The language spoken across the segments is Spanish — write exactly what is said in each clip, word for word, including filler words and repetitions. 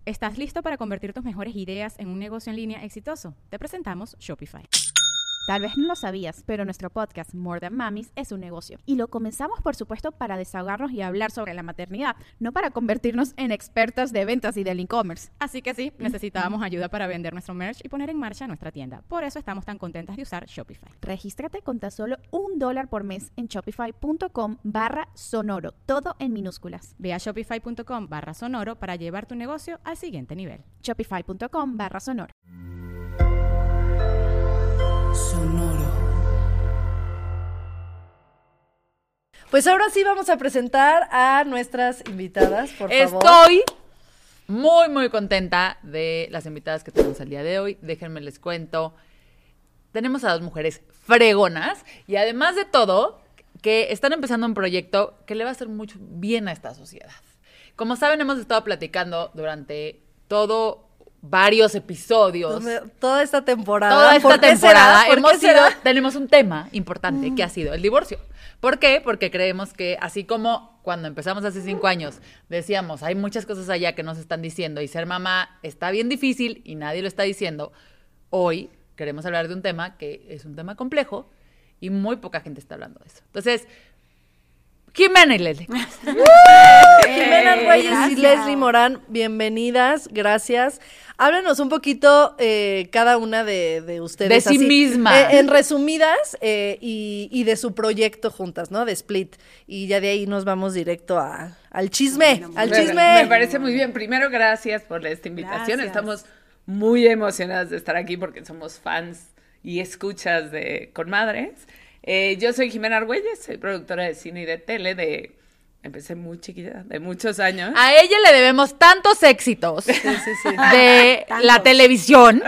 ¿Estás listo para convertir tus mejores ideas en un negocio en línea exitoso? Te presentamos Shopify. Tal vez no lo sabías, pero nuestro podcast More Than Mamis es un negocio. Y lo comenzamos, por supuesto, para desahogarnos y hablar sobre la maternidad, no para convertirnos en expertas de ventas y del e-commerce. Así que sí, necesitábamos ayuda para vender nuestro merch y poner en marcha nuestra tienda. Por eso estamos tan contentas de usar Shopify. Regístrate con tan solo un dólar por mes en shopify.com barra sonoro, todo en minúsculas. Ve a shopify.com barra sonoro para llevar tu negocio al siguiente nivel. Shopify.com barra sonoro. Sonoro. Pues ahora sí vamos a presentar a nuestras invitadas, por favor. Estoy muy, muy contenta de las invitadas que tenemos el día de hoy. Déjenme les cuento. Tenemos a dos mujeres fregonas y además de todo, que están empezando un proyecto que le va a hacer mucho bien a esta sociedad. Como saben, hemos estado platicando durante todo varios episodios. Toda esta temporada. Toda esta temporada será? hemos sido, será? tenemos un tema importante mm. que ha sido el divorcio. ¿Por qué? Porque creemos que así como cuando empezamos hace cinco años decíamos, hay muchas cosas allá que nos están diciendo y ser mamá está bien difícil y nadie lo está diciendo, hoy queremos hablar de un tema que es un tema complejo y muy poca gente está hablando de eso. Entonces, Jimena y Leslie. Jimena Argüelles y Leslie Morán, bienvenidas, gracias. Háblanos un poquito eh, cada una de, de ustedes. De sí así, misma. Eh, en resumidas eh, y, y de su proyecto juntas, ¿no? De Split. Y ya de ahí nos vamos directo a, al chisme, bueno, al chisme. Me, me parece muy bien. Primero, gracias por esta invitación. Gracias. Estamos muy emocionadas de estar aquí porque somos fans y escuchas de Conmadres. Eh, yo soy Jimena Argüelles, soy productora de cine y de tele de... Empecé muy chiquita, de muchos años. A ella le debemos tantos éxitos sí, sí, sí. de tantos. La televisión.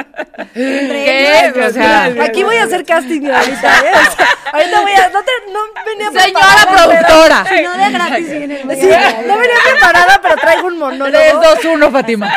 ¿Qué? O sea, aquí voy a hacer casting ahorita, ¿eh? O sea, ahorita voy a... No, te, no venía Señora productora. Si no de gratis viene el sí, no venía preparada, pero traigo un monólogo. tres, dos, uno, Fátima.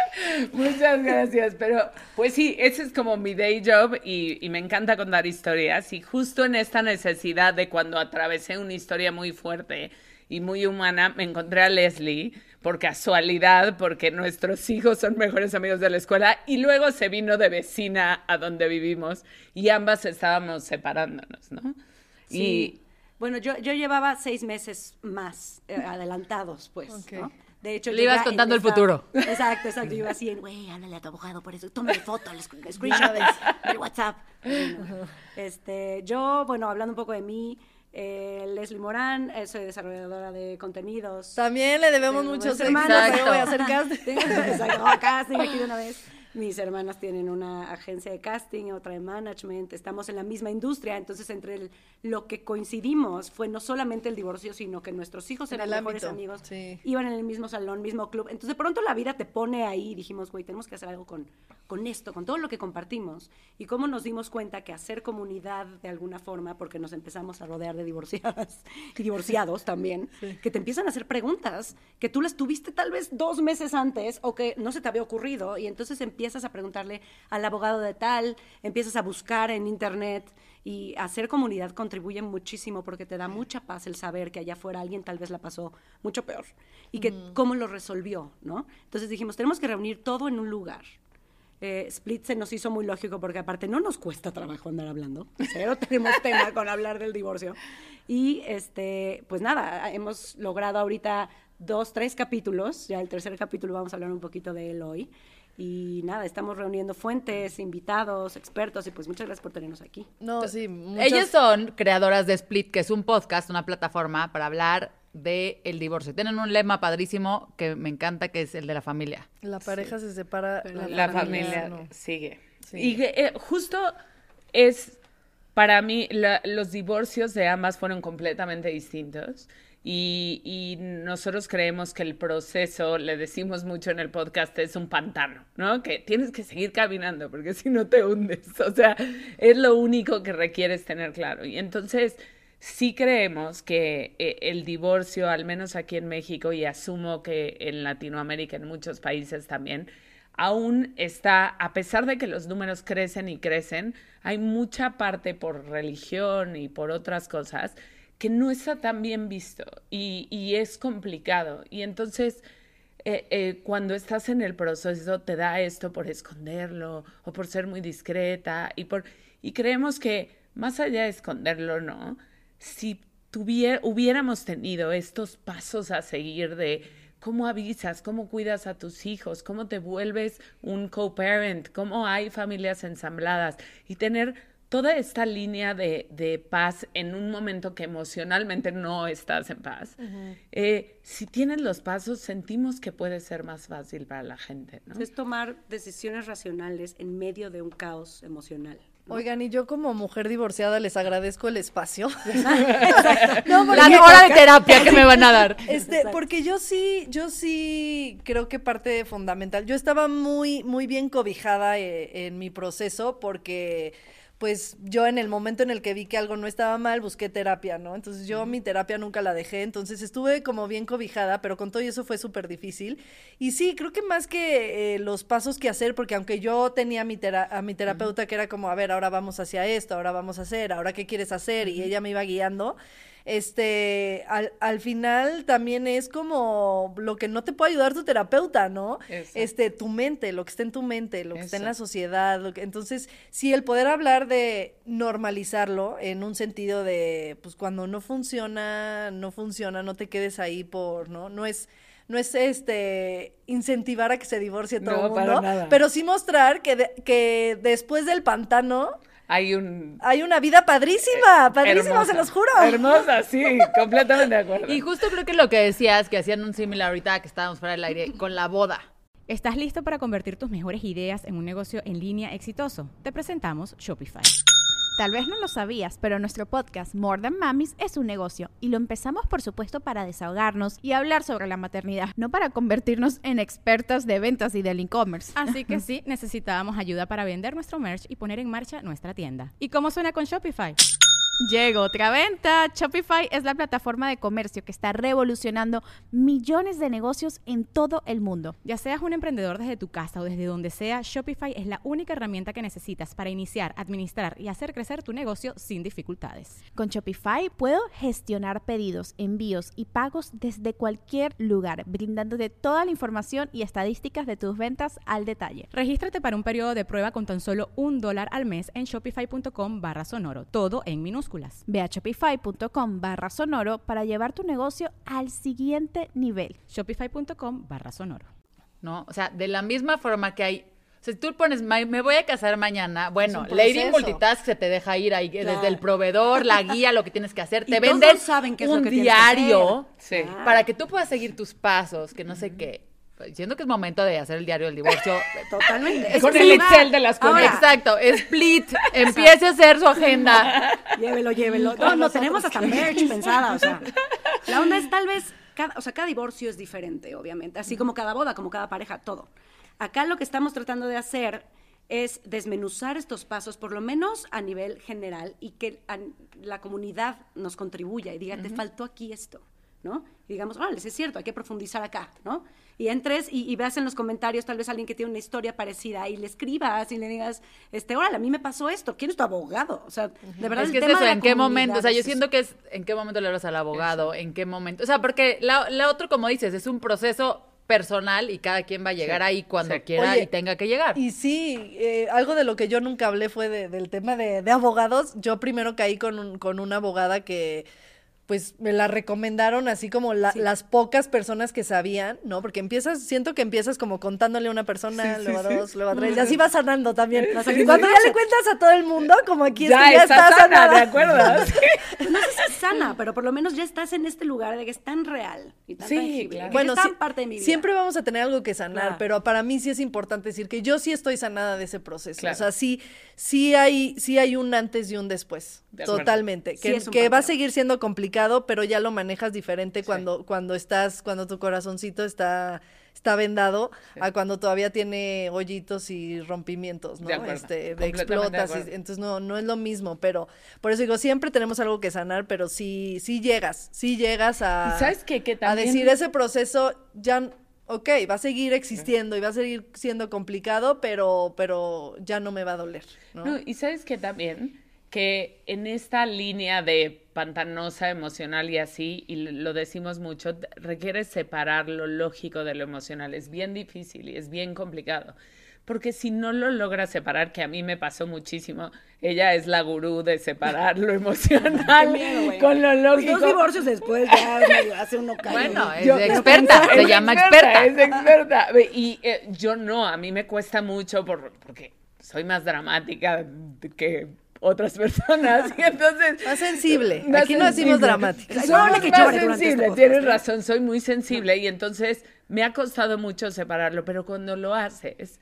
Muchas gracias, pero pues sí, ese es como mi day job y, y me encanta contar historias. Y justo en esta necesidad de cuando atravesé una historia muy fuerte y muy humana, me encontré a Leslie, por casualidad, porque nuestros hijos son mejores amigos de la escuela, y luego se vino de vecina a donde vivimos, y ambas estábamos separándonos, ¿no? Sí. Y bueno, yo, yo llevaba seis meses más eh, adelantados, pues, okay. ¿no? De hecho, le ibas contando el futuro. Exacto, exacto. Yo iba así en, güey, háblale a tu abogado por eso. Tómale foto, el screenshot del WhatsApp. Bueno, este, yo, bueno, hablando un poco de mí, Eh, Leslie Morán, eh, soy desarrolladora de contenidos. También le debemos Tengo muchos hermanos, pero voy a hacer casting. Exacto, casting aquí de una vez. Mis hermanas tienen una agencia de casting, otra de management, estamos en la misma industria, entonces entre el, lo que coincidimos fue no solamente el divorcio, sino que nuestros hijos eran mejores amigos, sí. Iban en el mismo salón, mismo club, entonces de pronto la vida te pone ahí y dijimos, güey, tenemos que hacer algo con, con esto, con todo lo que compartimos, y cómo nos dimos cuenta que hacer comunidad de alguna forma, porque nos empezamos a rodear de divorciadas y divorciados también, sí. Que te empiezan a hacer preguntas que tú las tuviste tal vez dos meses antes o que no se te había ocurrido, y entonces empiezas a preguntarle al abogado de tal, empiezas a buscar en internet, y hacer comunidad contribuye muchísimo porque te da mucha paz el saber que allá afuera alguien tal vez la pasó mucho peor y que mm. cómo lo resolvió, ¿no? Entonces dijimos, tenemos que reunir todo en un lugar. Eh, Split se nos hizo muy lógico porque aparte no nos cuesta trabajo andar hablando, cero tenemos tema con hablar del divorcio, y este, pues nada, hemos logrado ahorita dos, tres capítulos, ya el tercer capítulo vamos a hablar un poquito de él hoy. Y nada, estamos reuniendo fuentes, invitados, expertos, y pues muchas gracias por tenernos aquí. No, sí. Muchos... Ellas son creadoras de Split, que es un podcast, una plataforma para hablar de el divorcio. Tienen un lema padrísimo que me encanta, que es el de la familia. La pareja sí. se separa, la, la familia, familia no. sigue. Sí. Y eh, justo es, para mí, la, los divorcios de ambas fueron completamente distintos. Y, y nosotros creemos que el proceso, le decimos mucho en el podcast, es un pantano, ¿no? Que tienes que seguir caminando porque si no te hundes. O sea, es lo único que requieres tener claro. Y entonces sí creemos que eh, el divorcio, al menos aquí en México, y asumo que en Latinoamérica, en muchos países también, aún está, a pesar de que los números crecen y crecen, hay mucha parte por religión y por otras cosas que no está tan bien visto y, y es complicado. Y entonces eh, eh, cuando estás en el proceso te da esto por esconderlo o por ser muy discreta y, por, y creemos que más allá de esconderlo, ¿no? Si tuviera, hubiéramos tenido estos pasos a seguir de cómo avisas, cómo cuidas a tus hijos, cómo te vuelves un co-parent, cómo hay familias ensambladas y tener toda esta línea de, de paz en un momento que emocionalmente no estás en paz. Uh-huh. Eh, si tienes los pasos, sentimos que puede ser más fácil para la gente, ¿no? Es tomar decisiones racionales en medio de un caos emocional. ¿No? Oigan, y yo como mujer divorciada les agradezco el espacio. no, porque, la hora de terapia que me van a dar. Este, porque yo sí, yo sí creo que parte fundamental. Yo estaba muy, muy bien cobijada eh, en mi proceso porque pues yo en el momento en el que vi que algo no estaba mal, busqué terapia, ¿no? Entonces yo mi terapia nunca la dejé, entonces estuve como bien cobijada, pero con todo eso fue súper difícil. Y sí, creo que más que eh, los pasos que hacer, porque aunque yo tenía a mi, tera- a mi terapeuta que era como, a ver, ahora vamos hacia esto, ahora vamos a hacer, ahora qué quieres hacer, y ella me iba guiando, este, al, al final también es como lo que no te puede ayudar tu terapeuta, ¿no? Eso. Este, tu mente, lo que está en tu mente, lo que Eso. está en la sociedad, lo que, entonces, sí, el poder hablar de normalizarlo en un sentido de, pues, cuando no funciona, no funciona, no te quedes ahí por, ¿no? No es... No es este incentivar a que se divorcie todo el no, mundo, para nada. Pero sí mostrar que, de, que después del pantano hay un hay una vida padrísima, padrísima, hermosa, se los juro. Hermosa, sí, completamente de acuerdo. Y justo creo que lo que decías, que hacían un similar ahorita que estábamos fuera del aire, con la boda. ¿Estás listo para convertir tus mejores ideas en un negocio en línea exitoso? Te presentamos Shopify. Tal vez no lo sabías, pero nuestro podcast More Than Mamis es un negocio y lo empezamos por supuesto para desahogarnos y hablar sobre la maternidad, no para convertirnos en expertas de ventas y del e-commerce. Así que sí, necesitábamos ayuda para vender nuestro merch y poner en marcha nuestra tienda. ¿Y cómo suena con Shopify? Llegó otra venta. Shopify es la plataforma de comercio que está revolucionando millones de negocios en todo el mundo. Ya seas un emprendedor desde tu casa o desde donde sea, Shopify es la única herramienta que necesitas para iniciar, administrar y hacer crecer tu negocio sin dificultades. Con Shopify puedo gestionar pedidos, envíos y pagos desde cualquier lugar, brindándote toda la información y estadísticas de tus ventas al detalle. Regístrate para un periodo de prueba con tan solo un dólar al mes en shopify.com barra sonoro, todo en minúsculas. Ve a shopify.com barra sonoro para llevar tu negocio al siguiente nivel. Shopify.com barra sonoro. No, o sea, de la misma forma que hay, o sea, si tú pones, me voy a casar mañana, bueno, Lady Multitask se te deja ir ahí, claro. Desde el proveedor, la guía, lo que tienes que hacer, te venden saben qué es un lo que diario sí. para que tú puedas seguir tus pasos, que no sé qué. Siento que es momento de hacer el diario del divorcio. Totalmente. Con el Excel de las cuentas. Exacto, split, empiece a hacer su agenda. Llévelo, llévelo. No, no, tenemos hasta merch pensada, o sea. La onda es tal vez, cada, o sea, cada divorcio es diferente, obviamente, así como cada boda, como cada pareja, todo. Acá lo que estamos tratando de hacer es desmenuzar estos pasos, por lo menos a nivel general, y que a, la comunidad nos contribuya y diga, uh-huh. te faltó aquí esto, ¿no? Y digamos, órale, es cierto, hay que profundizar acá, ¿no? Y entres y, y veas en los comentarios tal vez alguien que tiene una historia parecida y le escribas y le digas, este, órale, a mí me pasó esto, ¿quién es tu abogado? O sea, uh-huh. de verdad es el que tema es eso, de la ¿en qué momento? O sea, yo es siento que es, ¿en qué momento le hablas al abogado? Eso. ¿En qué momento? O sea, porque la, la otro, como dices, es un proceso personal y cada quien va a llegar sí, ahí cuando sí. quiera Oye, y tenga que llegar. Y sí, eh, algo de lo que yo nunca hablé fue de, del tema de, de abogados. Yo primero caí con, un, con una abogada que pues me la recomendaron así como la, sí. las pocas personas que sabían, ¿no? Porque empiezas, siento que empiezas como contándole a una persona, sí, luego a sí, dos, sí. luego a tres, y así vas sanando también. Sí, Cuando sí, ya sí. le cuentas a todo el mundo, como aquí es ya, que ya está estás sana, sanada. ¿te acuerdas? No sé si es sana, pero por lo menos ya estás en este lugar de que es tan real y tan sí, tangible, claro. que bueno, es tan sí, parte de mi vida. Siempre vamos a tener algo que sanar, claro. pero para mí sí es importante decir que yo sí estoy sanada de ese proceso. Claro. O sea, sí, sí hay, sí hay un antes y un después. Totalmente. Sí, que que va a seguir siendo complicado, pero ya lo manejas diferente sí. cuando, cuando estás, cuando tu corazoncito está, está vendado, sí. a cuando todavía tiene hoyitos y rompimientos, ¿no? De acuerdo. Este, de explotas. Y, entonces no, no es lo mismo, pero por eso digo, siempre tenemos algo que sanar, pero sí, sí llegas, sí llegas a, ¿sabes qué? Que también... a decir ese proceso ya. Ok, va a seguir existiendo y va a seguir siendo complicado, pero, pero ya no me va a doler, ¿no? No, y sabes que también, que en esta línea de pantanosa, emocional y así, y lo decimos mucho, requiere separar lo lógico de lo emocional. Es bien difícil y es bien complicado. Porque si no lo logras separar, que a mí me pasó muchísimo, ella es la gurú de separar lo emocional miedo, con lo lógico. Los dos divorcios después ya medio hace uno cae. Bueno, es yo, experta, se es llama experta. Es experta. Y eh, yo no, a mí me cuesta mucho por, porque soy más dramática que otras personas y entonces más sensible. Más Aquí no decimos dramática. Soy más sensible, este tienes razón, soy muy sensible y entonces me ha costado mucho separarlo, pero cuando lo haces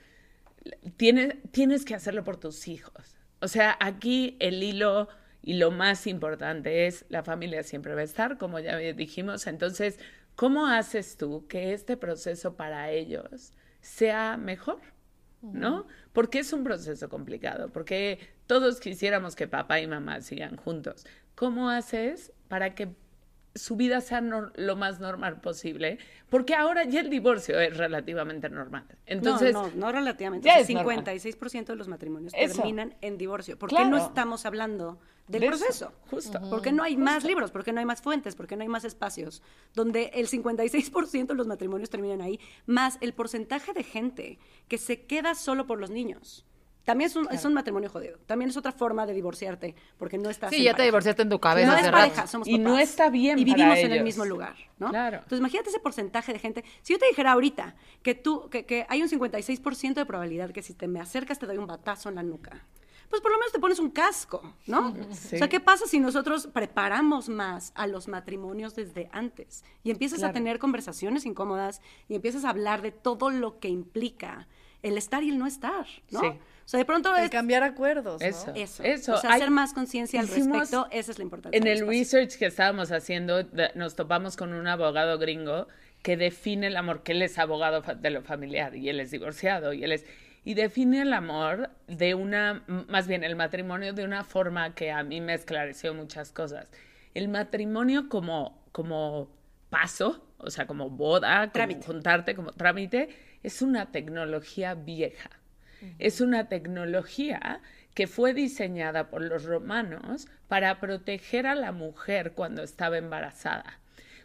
tienes tienes que hacerlo por tus hijos. O sea, aquí el hilo y lo más importante es la familia siempre va a estar, como ya dijimos. Entonces, ¿cómo haces tú que este proceso para ellos sea mejor? ¿No? Porque es un proceso complicado, porque todos quisiéramos que papá y mamá sigan juntos. ¿Cómo haces para que su vida sea no, lo más normal posible? Porque ahora ya el divorcio es relativamente normal. Entonces, no, no, no relativamente. Ya o sea, cincuenta y seis por ciento de los matrimonios eso. terminan en divorcio. ¿Por qué claro. no estamos hablando del de proceso? Eso, justo. ¿Por qué no hay justo. más libros? ¿Por qué no hay más fuentes? ¿Por qué no hay más espacios? Donde el cincuenta y seis por ciento de los matrimonios terminan ahí, más el porcentaje de gente que se queda solo por los niños. También es un, claro. es un matrimonio jodido. También es otra forma de divorciarte, porque no estás Sí, en ya pareja. te divorciaste en tu cabeza. No hace es pareja, rato. somos y papás. no está bien Y vivimos para en ellos. el mismo lugar, ¿no? Claro. Entonces, imagínate ese porcentaje de gente. Si yo te dijera ahorita que tú, que, que hay un cincuenta y seis por ciento de probabilidad que si te me acercas te doy un batazo en la nuca, pues por lo menos te pones un casco, ¿no? Sí. O sea, ¿qué pasa si nosotros preparamos más a los matrimonios desde antes? Y empiezas claro. a tener conversaciones incómodas y empiezas a hablar de todo lo que implica el estar y el no estar, ¿no? Sí. O sea, de pronto el es... cambiar acuerdos, ¿no? Eso, eso. eso. O sea, Hay, hacer más conciencia al respecto, esa es la importancia. En el research que estábamos haciendo, nos topamos con un abogado gringo que define el amor, que él es abogado de lo familiar y él es divorciado y él es... Y define el amor de una, más bien el matrimonio de una forma que a mí me esclareció muchas cosas. El matrimonio como, como paso, o sea, como boda, como juntarte, como trámite, es una tecnología vieja. Uh-huh. Es una tecnología que fue diseñada por los romanos para proteger a la mujer cuando estaba embarazada.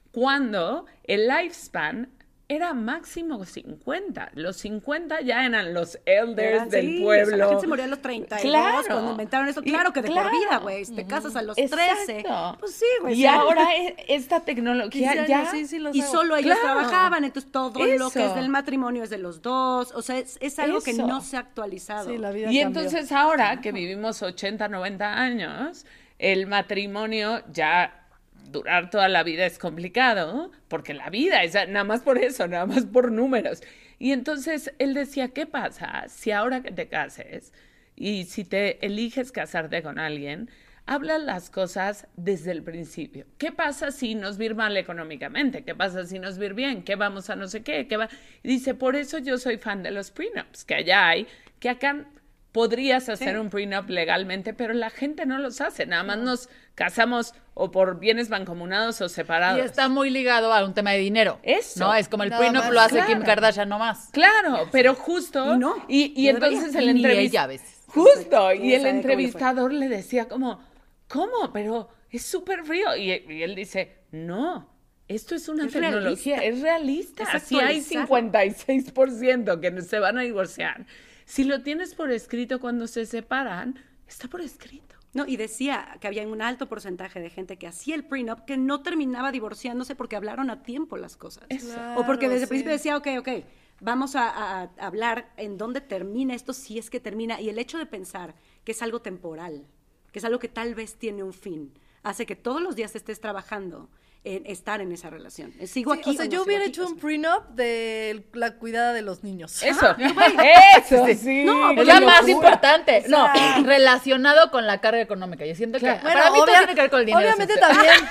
Cuando el lifespan era máximo cincuenta. Los cincuenta ya eran los elders eran, del sí, pueblo. O sea, la gente se moría a los treinta y dos claro. cuando inventaron eso. Claro que de claro. por vida, güey. Si te casas a los Exacto. trece. Pues sí, güey. Y sí. ahora esta tecnología años, ya... Sí, sí, y solo ellos claro. trabajaban. Entonces todo eso. lo que es del matrimonio es de los dos. O sea, es, es algo eso. que no se ha actualizado. Sí, la vida y cambió. Entonces ahora que vivimos ochenta, noventa años, el matrimonio ya... durar toda la vida es complicado, porque la vida es nada más por eso, nada más por números. Y entonces él decía, ¿qué pasa si ahora que te cases y si te eliges casarte con alguien, hablas las cosas desde el principio? ¿Qué pasa si nos va mal económicamente? ¿Qué pasa si nos va bien? ¿Qué vamos a no sé qué? ¿Qué va? Y dice, por eso yo soy fan de los prenups, que allá hay, que acá... Podrías hacer sí. un prenup legalmente, pero la gente no los hace. Nada más no. nos casamos o por bienes mancomunados o separados. Y está muy ligado a un tema de dinero. Eso. No, es como el Nada prenup más, lo hace claro. Kim Kardashian nomás. Claro, pero justo... Y no. Y, y no entonces debería. el Ni ella a entrevistador... veces. Justo. Sí, y el sabe entrevistador le, le decía como, ¿cómo? Pero es súper frío. Y, y él dice, no, esto es una es tecnología, realista. es realista. Es Si hay cincuenta y seis por ciento que se van a divorciar... Si lo tienes por escrito cuando se separan, está por escrito. No, y decía que había un alto porcentaje de gente que hacía el prenup que no terminaba divorciándose porque hablaron a tiempo las cosas. Claro, o porque desde sí. el principio decía, ok, ok, vamos a, a, a hablar en dónde termina esto, si es que termina. Y el hecho de pensar que es algo temporal, que es algo que tal vez tiene un fin, hace que todos los días estés trabajando en estar en esa relación. Sigo Sí, aquí. o sea, o no yo hubiera sigo aquí, hecho un prenup de la cuidada de los niños. Eso, Ah, eso, sí. sí. No, Es lo más importante. O sea, no, relacionado con la carga económica. Yo siento que Claro. para mí todo obvia- tiene que ver con el dinero. Obviamente siempre. también.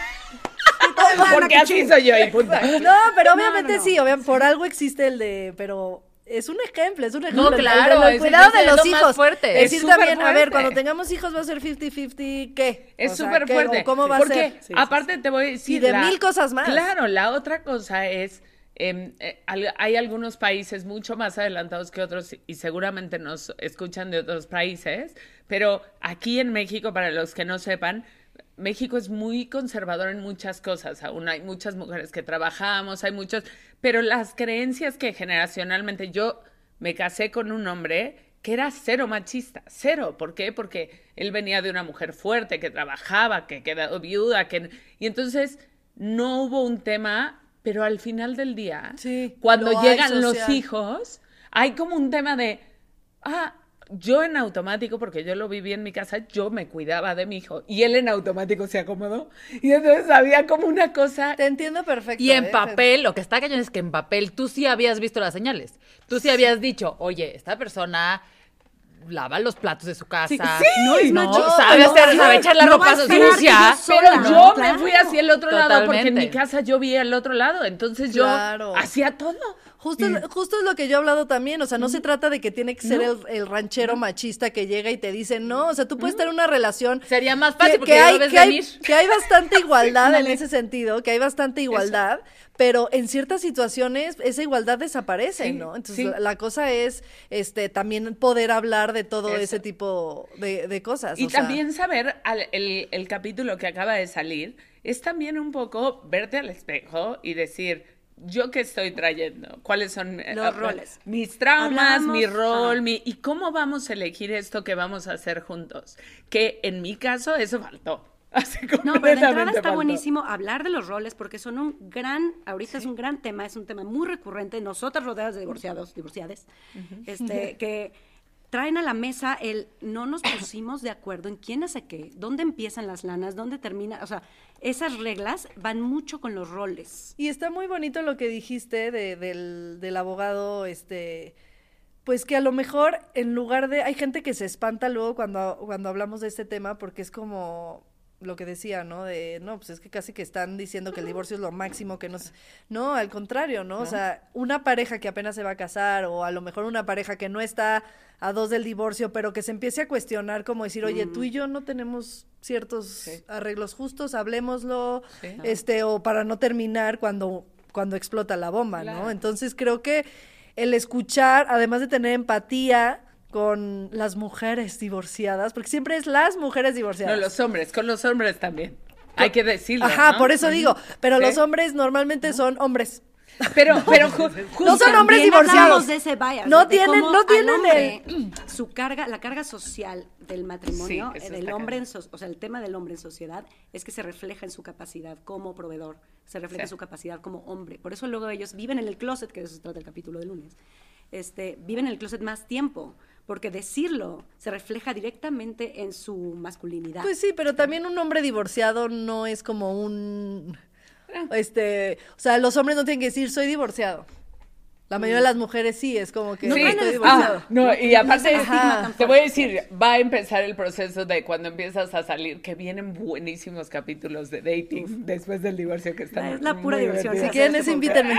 Porque así soy yo y punto. No, pero obviamente no, no. sí, obviamente, por algo existe el de, pero es un ejemplo, es un ejemplo. No, El- claro, el de es- los cuidados es de los lo más hijos. fuerte. Decir Es súper también, a ver, fuerte. cuando tengamos hijos va a ser cincuenta cincuenta, ¿qué? Es O sea, súper ¿qué? fuerte. ¿O ¿Cómo va Porque, a ser? Sí, aparte te voy a decir... Y de la- mil cosas más. Claro, la otra cosa es... Eh, eh, al- hay algunos países mucho más adelantados que otros y seguramente nos escuchan de otros países, pero aquí en México, para los que no sepan, México es muy conservador en muchas cosas. Aún hay muchas mujeres que trabajamos, hay muchos... Pero las creencias que generacionalmente... Yo me casé con un hombre que era cero machista, cero. ¿Por qué? Porque él venía de una mujer fuerte, que trabajaba, que quedó viuda, que... Y entonces no hubo un tema, pero al final del día, sí, cuando llegan los social. hijos, hay como un tema de... ah, yo en automático, porque yo lo viví en mi casa, yo me cuidaba de mi hijo. Y él en automático se acomodó. Y entonces había como una cosa... Te entiendo perfecto. Y en ¿eh? papel, lo que está cañón es que en papel tú sí habías visto las señales. Tú sí habías dicho, oye, esta persona lava los platos de su casa. Sí, no, sí, no, no, sabe, no, hacer, no, sabe echar la no ropa va a esperar que sucia. yo sola, Pero ¿no? yo Claro. me fui hacia el otro lado porque en Totalmente. mi casa yo vi el otro lado. Entonces yo Claro. hacía todo. Justo, es- justo es lo que yo he hablado también, o sea, no se trata de que tiene que ser el, el ranchero machista que llega y te dice, no, o sea, tú puedes tener una relación... Sería más fácil que, porque que ya hay, lo ves que, hay, venir. que hay bastante igualdad en ese sentido, que hay bastante igualdad, pero en ciertas situaciones esa igualdad desaparece, Sí, ¿no? Entonces sí. la, la cosa es este también poder hablar de todo Eso. ese tipo de, de cosas. Y o sea. también saber, al- el, el capítulo que acaba de salir, es también un poco verte al espejo y decir, ¿yo qué estoy trayendo? ¿Cuáles son eh, Los ah, roles. mis traumas, Hablamos- mi rol, ajá. mi, y cómo vamos a elegir esto que vamos a hacer juntos? Que en mi caso eso faltó. Así No, pero de entrada completamente está faltó. buenísimo hablar de los roles porque son un gran, ahorita es un gran tema, es un tema muy recurrente, nosotras rodeadas de divorciados, divorciades, este, que traen a la mesa el no nos pusimos de acuerdo en quién hace qué, dónde empiezan las lanas, dónde termina, o sea, esas reglas van mucho con los roles. Y está muy bonito lo que dijiste de, del, del abogado, este, pues que a lo mejor en lugar de, hay gente que se espanta luego cuando, cuando hablamos de este tema porque es como lo que decía, ¿no? De, no, pues es que casi que están diciendo que el divorcio es lo máximo que nos... No, al contrario, ¿no? O sea, una pareja que apenas se va a casar o a lo mejor una pareja que no está a dos del divorcio, pero que se empiece a cuestionar como decir, oye, tú y yo no tenemos ciertos Sí. arreglos justos, hablemoslo, Sí. este, o para no terminar cuando, cuando explota la bomba, Claro. ¿no? Entonces creo que el escuchar, además de tener empatía con las mujeres divorciadas, porque siempre es las mujeres divorciadas. No, los hombres, con los hombres también. Hay que decirlo, Ajá, ¿no? por eso digo, pero Sí. los hombres normalmente son hombres. Pero, pero ju- justo- No son hombres También divorciados. hablamos de ese bias, No de tienen- cómo no al tienen hombre, su carga, la carga social del matrimonio, Sí, eso eh, del está hombre, en cañón. so- o sea, el tema del hombre en sociedad es que se refleja en su capacidad como proveedor, se refleja Sí. en su capacidad como hombre. Por eso luego ellos viven en el closet, que de eso se trata el capítulo de lunes. Este, viven en el closet más tiempo, porque decirlo se refleja directamente en su masculinidad. Pues sí, pero también un hombre divorciado no es como un... Este, o sea, los hombres no tienen que decir, soy divorciado. La mayoría de las mujeres sí, es como que Sí. estoy divorciado. Ah, no, y aparte, Ajá. te voy a decir, va a empezar el proceso de cuando empiezas a salir, que vienen buenísimos capítulos de dating después del divorcio que están Es la pura muy diversión. divertidos. Si quieren, eso invítenme.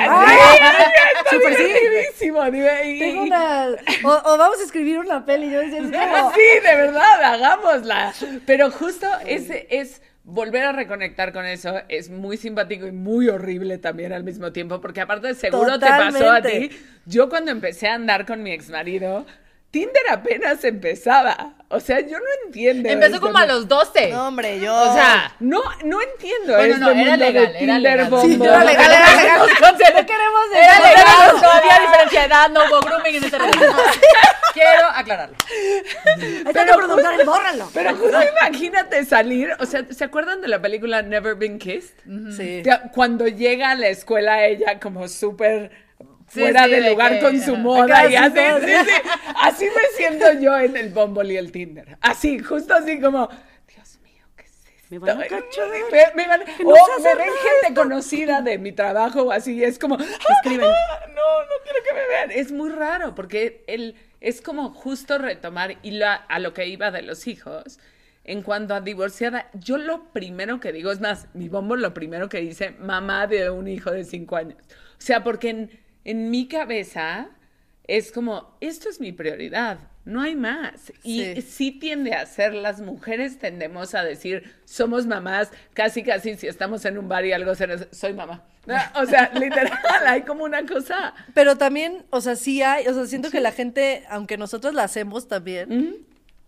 Súper divertidísimo, dime, y- Tengo una... O, o vamos a escribir una peli, yo decía, es como... Sí, de verdad, hagámosla. Pero justo ese es volver a reconectar con eso, es muy simpático y muy horrible también al mismo tiempo, porque aparte seguro te pasó a Totalmente. ti. Yo cuando empecé a andar con mi exmarido, Tinder apenas empezaba. O sea, yo no entiendo. Empezó esto, como a no- los doce. No, hombre, yo... O sea, No, no entiendo. bueno, este no, era mundo de legal, era Tinder, legal. Bumble. Sí, era legal, era legal. No queremos Era legal, todavía a diferencia de edad, no hubo grooming en ese relación. Quiero aclararlo. Ahí está tu productor, bórralo. Pero justo imagínate salir, o sea, ¿se acuerdan de la película Never Been Kissed? Sí. Que Cuando llega a la escuela ella como súper Sí, fuera sí, de de lugar que, con su ajá. moda Acá y sí, así, todo, sí, sí. Así me siento yo en el Bumble y el Tinder. Así, justo así como, Dios mío, ¿qué es esto? Me van a cachar. Me, me van- Que no o sé me hacer ven nada gente conocida de mi trabajo o así, y es como, escriben. "Ah, no, no quiero que me vean". Es muy raro porque el, es como justo retomar y la, a lo que iba de los hijos. En cuanto a divorciada, yo lo primero que digo, es más, mi bombo lo primero que dice, mamá de un hijo de cinco años. O sea, porque en, en mi cabeza es como, esto es mi prioridad, no hay más. Y Sí. sí tiende a ser, las mujeres tendemos a decir, somos mamás, casi casi si estamos en un bar y algo se nos- soy mamá. O sea, literal, hay como una cosa. Pero también, o sea, sí hay, o sea, siento que la gente, aunque nosotros la hacemos también,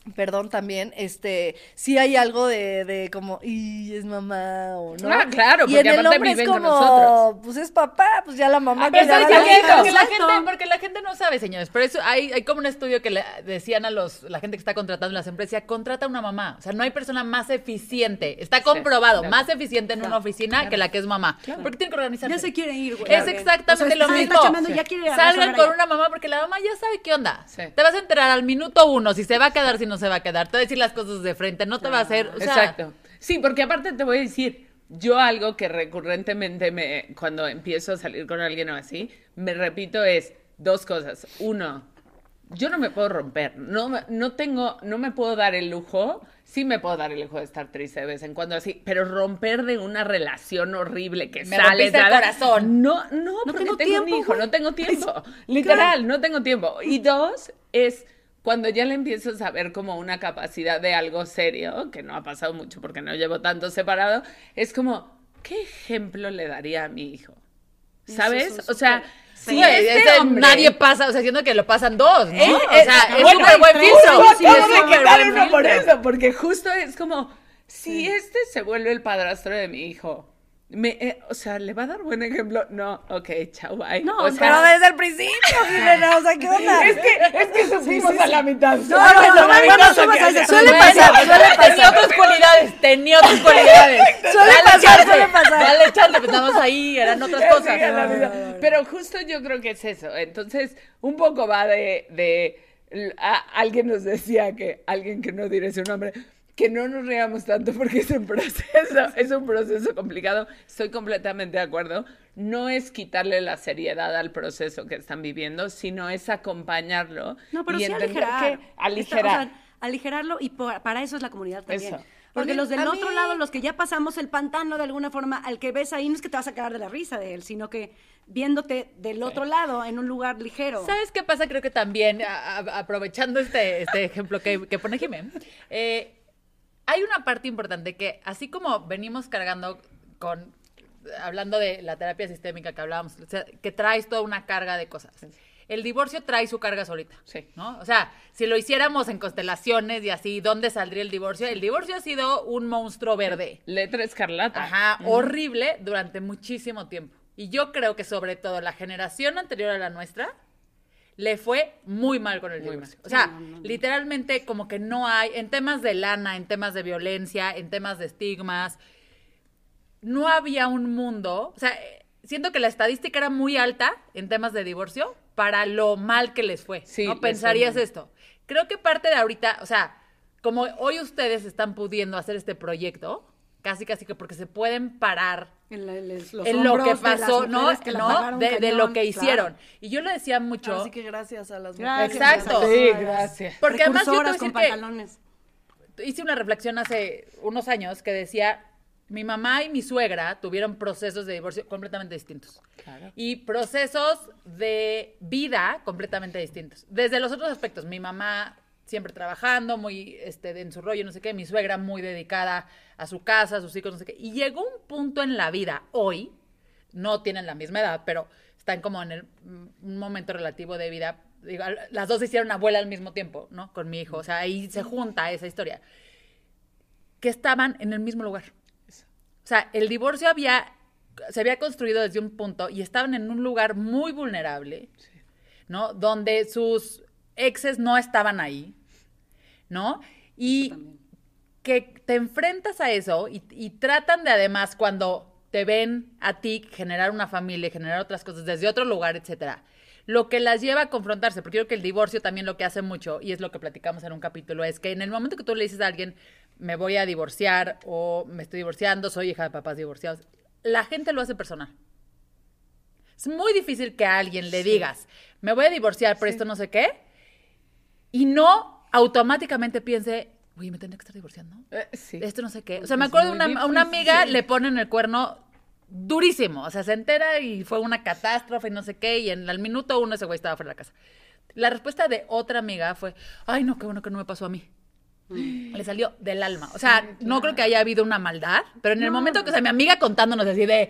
perdón, también, este, sí hay algo de, de como, y es mamá o no. Ah, claro, y porque en el aparte hombre viven es con como, nosotros. pues es papá, pues ya la mamá. Ah, pero cuidará ¿sabes a la qué? hija. Porque la, Exacto. gente, porque la gente no sabe, señores. Pero eso hay, hay como un estudio que le decían a los la gente que está contratando en las empresas, contrata a una mamá. O sea, no hay persona más eficiente. Está comprobado, claro. más eficiente en una oficina claro. que la que es mamá. Porque tiene que organizarse. Ya se quiere ir, güey. Es exactamente O sea, lo está- mismo. está chambeando, ya quiere Salgan resolver con allá. una mamá porque la mamá ya sabe qué onda. Sí. Te vas a enterar al minuto uno si se va a quedar, si no se va a quedar. Te va a decir las cosas de frente, no te va a hacer. O sea, Exacto. Sí, porque aparte te voy a decir, yo algo que recurrentemente me, cuando empiezo a salir con alguien o así, me repito es dos cosas. Uno, yo no me puedo romper, no, me- no tengo, no me puedo dar el lujo, sí me puedo dar el lujo de estar triste de vez en cuando así, pero romper de una relación horrible que Me sale. rompiste el nada- corazón. No, no, porque tengo tengo, un tiempo, hijo, güey. no tengo tiempo. Literal, no tengo tiempo. Y dos, es cuando ya le empiezas a ver como una capacidad de algo serio, que no ha pasado mucho porque no llevo tanto separado, es como, ¿qué ejemplo le daría a mi hijo? ¿Sabes? es O sea, si güey, este ese hombre... nadie pasa, o sea, siendo que lo pasan dos, ¿no? Eh, o eh, sea, es bueno, súper buen justo filtro. acabo Sí, es de súper quitar buen uno por filtro. eso, porque justo es como, si este se vuelve el padrastro de mi hijo, me, eh, o sea, ¿le va a dar buen ejemplo? No, ok, chao, bye. No, o Pero desde el principio, Jimena, o sea, ¿qué onda? es que, es que supimos a la mitad. No, no, no, no, no subas a ese. Suele Bueno, pasar, pues, suele Tenía pasar. otras cualidades, tenía otras cualidades. Suele Dale pasar, chance, suele pasar. Dale chance, pues nada más ahí, eran otras Sí, cosas. a la mitad. Pero justo yo creo que es eso. Entonces, un poco va de... de a- alguien nos decía que, alguien que no diré su nombre, que no nos riamos tanto porque es un proceso, es un proceso complicado. Estoy completamente de acuerdo. No es quitarle la seriedad al proceso que están viviendo, sino es acompañarlo. No, pero y sí entender aligerar. que Está- aligerar. o sea, aligerarlo y por- para eso es la comunidad también. Eso. Porque A mí- los del a otro mí- lado, los que ya pasamos el pantano de alguna forma, al que ves ahí no es que te vas a cagar de la risa de él, sino que viéndote del otro lado, en un lugar ligero. ¿Sabes qué pasa? Creo que también, a- a- aprovechando este, este ejemplo que, que pone Jimé, eh, hay una parte importante que, así como venimos cargando con, hablando de la terapia sistémica que hablábamos, o sea, que traes toda una carga de cosas. El divorcio trae su carga solita, Sí. ¿no? O sea, si lo hiciéramos en constelaciones y así, ¿dónde saldría el divorcio? El divorcio ha sido un monstruo verde. Letra escarlata. Ajá, horrible durante muchísimo tiempo. Y yo creo que sobre todo la generación anterior a la nuestra le fue muy mal con el Muy divorcio. mal. O sea, No, no, no. literalmente como que no hay, en temas de lana, en temas de violencia, en temas de estigmas, no había un mundo, o sea, eh, siento que la estadística era muy alta en temas de divorcio para lo mal que les fue. Sí, ¿no? les Pensarías fue mal. esto. Creo que parte de ahorita, o sea, como hoy ustedes están pudiendo hacer este proyecto, casi casi que porque se pueden parar En, la- en los en lo que hombros de las pasó, ¿no? mujeres que la ¿no? pagaron De, de cañón, lo que hicieron. claro. Y yo lo decía mucho, Así que gracias a las Gracias. mujeres. Exacto. Sí, gracias. porque además yo te voy a Precursoras con decir que pantalones. hice una reflexión hace unos años que decía, mi mamá y mi suegra tuvieron procesos de divorcio completamente distintos. Claro. Y procesos de vida completamente distintos. Desde los otros aspectos, mi mamá siempre trabajando, muy este, en su rollo, no sé qué, mi suegra muy dedicada a su casa, a sus hijos, no sé qué. Y llegó un punto en la vida, hoy, no tienen la misma edad, pero están como en el, un momento relativo de vida. Digo, las dos se hicieron abuela al mismo tiempo, ¿no? Con mi hijo. O sea, ahí se junta esa historia. Que estaban en el mismo lugar. O sea, el divorcio había, se había construido desde un punto y estaban en un lugar muy vulnerable, ¿no? Donde sus exes no estaban ahí, ¿no? Y que te enfrentas a eso y, y tratan de además cuando te ven a ti generar una familia, generar otras cosas desde otro lugar, etcétera, lo que las lleva a confrontarse, porque yo creo que el divorcio también lo que hace mucho, y es lo que platicamos en un capítulo, es que en el momento que tú le dices a alguien, me voy a divorciar o me estoy divorciando, soy hija de papás divorciados, la gente lo hace personal. Es muy difícil que a alguien le digas, me voy a divorciar por esto no sé qué, y no automáticamente piense, uy, me tendré que estar divorciando. Eh, sí. Esto no sé qué. O sea, me Es acuerdo de muy una, a una amiga difícil. le ponen el cuerno durísimo. O sea, se entera y fue una catástrofe y no sé qué. Y en el minuto uno ese güey estaba fuera de la casa. La respuesta de otra amiga fue, ay, no, qué bueno que no me pasó a mí. Le salió del alma. O sea, no creo que haya habido una maldad, pero en el momento que, o sea, mi amiga contándonos así de,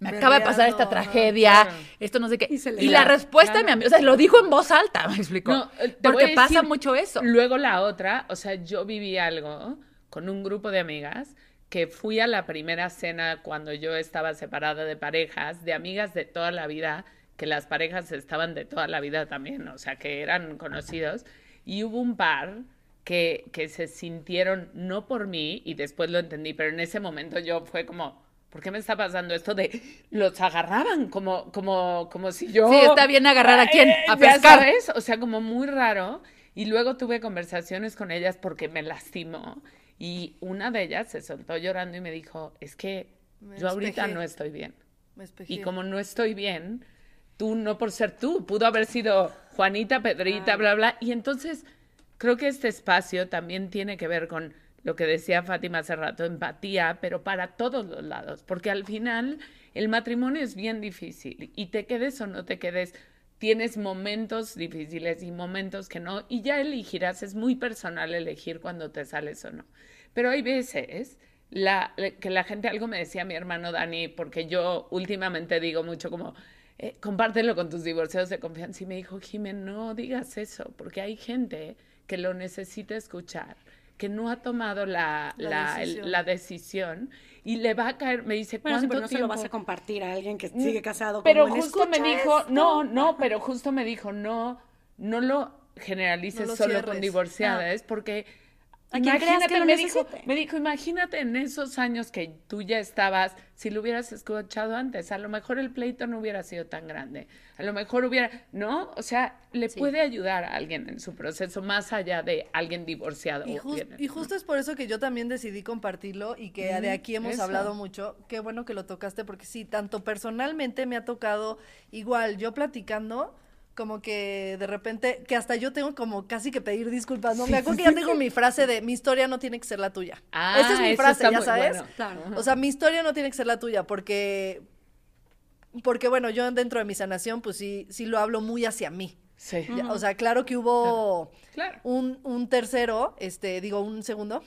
me acaba de pasar esta tragedia, claro. esto no sé qué. Y se le Y da, la respuesta claro. de mi amigo, o sea, lo dijo en voz alta, me explicó. No, eh, te voy porque a pasa decir, mucho eso. Luego la otra, o sea, yo viví algo con un grupo de amigas que fui a la primera cena cuando yo estaba separada de parejas, de amigas de toda la vida, que las parejas estaban de toda la vida también, o sea, que eran conocidos, y hubo un par que, que se sintieron, no por mí, y después lo entendí, pero en ese momento yo fue como, ¿por qué me está pasando esto de los agarraban como, como, como si yo... Sí, está bien agarrar a quién, a Ya pescar. sabes, o sea, como muy raro. Y luego tuve conversaciones con ellas porque me lastimó. Y una de ellas se soltó llorando y me dijo, es que Me yo ahorita despejé. no estoy bien. Me espejé. Y como no estoy bien, tú no por ser tú, pudo haber sido Juanita, Pedrita, bla, bla. Y entonces creo que este espacio también tiene que ver con lo que decía Fátima hace rato, empatía, pero para todos los lados. Porque al final el matrimonio es bien difícil. Y te quedes o no te quedes, tienes momentos difíciles y momentos que no. Y ya elegirás, es muy personal elegir cuando te sales o no. Pero hay veces la, que la gente, algo me decía mi hermano Dani, porque yo últimamente digo mucho como, eh, compártelo con tus divorciados de confianza. Y me dijo, Jimen, no digas eso, porque hay gente que lo necesita escuchar, que no ha tomado la, La la, decisión. el- la decisión y le va a caer, me dice, Bueno, sí, ¿cuánto pero no se lo tiempo? vas a compartir a alguien que sigue casado. Pero como en, justo me "Escucha dijo, esto". no, no, pero justo me dijo, no, no lo generalices No lo solo cierres. con divorciadas, porque A quien creas imagínate, que lo me dijo, necesite. me dijo, imagínate en esos años que tú ya estabas, si lo hubieras escuchado antes, a lo mejor el pleito no hubiera sido tan grande, a lo mejor hubiera, ¿no? O sea, le puede ayudar a alguien en su proceso más allá de alguien divorciado. Y, o jus- bien, y justo es por eso que yo también decidí compartirlo y que de aquí hemos eso. hablado mucho. Qué bueno que lo tocaste porque sí, tanto personalmente me ha tocado igual, yo platicando, como que de repente, que hasta yo tengo como casi que pedir disculpas, ¿no? Me acuerdo que ya tengo mi frase de mi historia no tiene que ser la tuya. Ah, Esa es mi eso frase, está ya muy sabes. bueno. Claro. O sea, mi historia no tiene que ser la tuya porque, porque bueno, yo dentro de mi sanación, pues sí, sí lo hablo muy hacia mí. Sí. Ya, o sea, claro que hubo Claro. un, un tercero, este, digo, un segundo.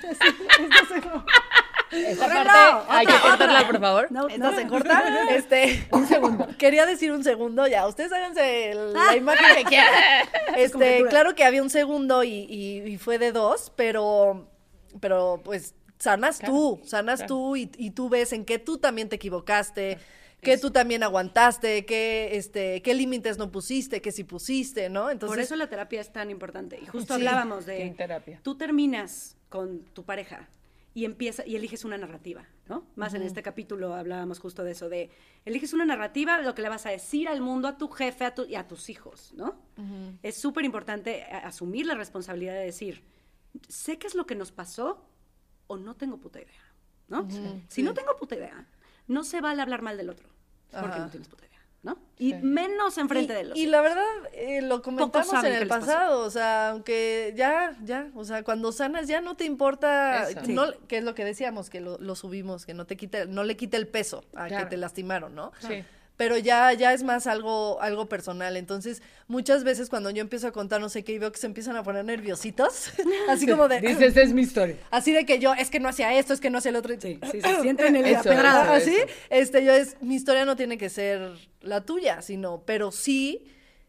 Esa Córrelo, parte hay que otra, cortarla, otra. por favor. No, Esta no. se corta. Este, un segundo. Quería decir un segundo, ya. Ustedes háganse el- la imagen que quieran. Este, conjetura. claro que había un segundo y, y- y fue de dos, pero, pero pues sanas Claro, tú, sanas claro. tú y, y tú ves en que tú también te equivocaste, que tú también aguantaste, que este, qué límites no pusiste, que sí pusiste, ¿no? Entonces, Por eso la terapia es tan importante. Y justo Sí. hablábamos de... Sí, terapia. Tú terminas con tu pareja y empieza y eliges una narrativa, ¿no? Más en este capítulo hablábamos justo de eso, de eliges una narrativa, lo que le vas a decir al mundo, a tu jefe a tu, y a tus hijos, ¿no? Es súper importante a- asumir la responsabilidad de decir, sé qué es lo que nos pasó o no tengo puta idea, ¿no? Si no tengo puta idea, no se vale hablar mal del otro, porque Ajá. no tienes puta idea, ¿no? Y menos enfrente y, de los y la verdad, eh, lo comentamos saben en qué el les pasó. pasado, o sea, aunque ya, ya, o sea, cuando sanas ya no te importa, Eso. no, que es lo que decíamos, que lo, lo subimos, que no te quite, no le quite el peso a Claro. que te lastimaron, ¿no? Sí. Pero ya, ya es más algo, algo personal. Entonces, muchas veces cuando yo empiezo a contar no sé qué y veo que se empiezan a poner nerviositos, así como de, Dices, es mi historia. así de que yo, es que no hacía esto, es que no hacía el otro. Sí, sí, se sienten en el Eso, apedrado. eso, Así, este, yo es, mi historia no tiene que ser la tuya, sino, pero sí,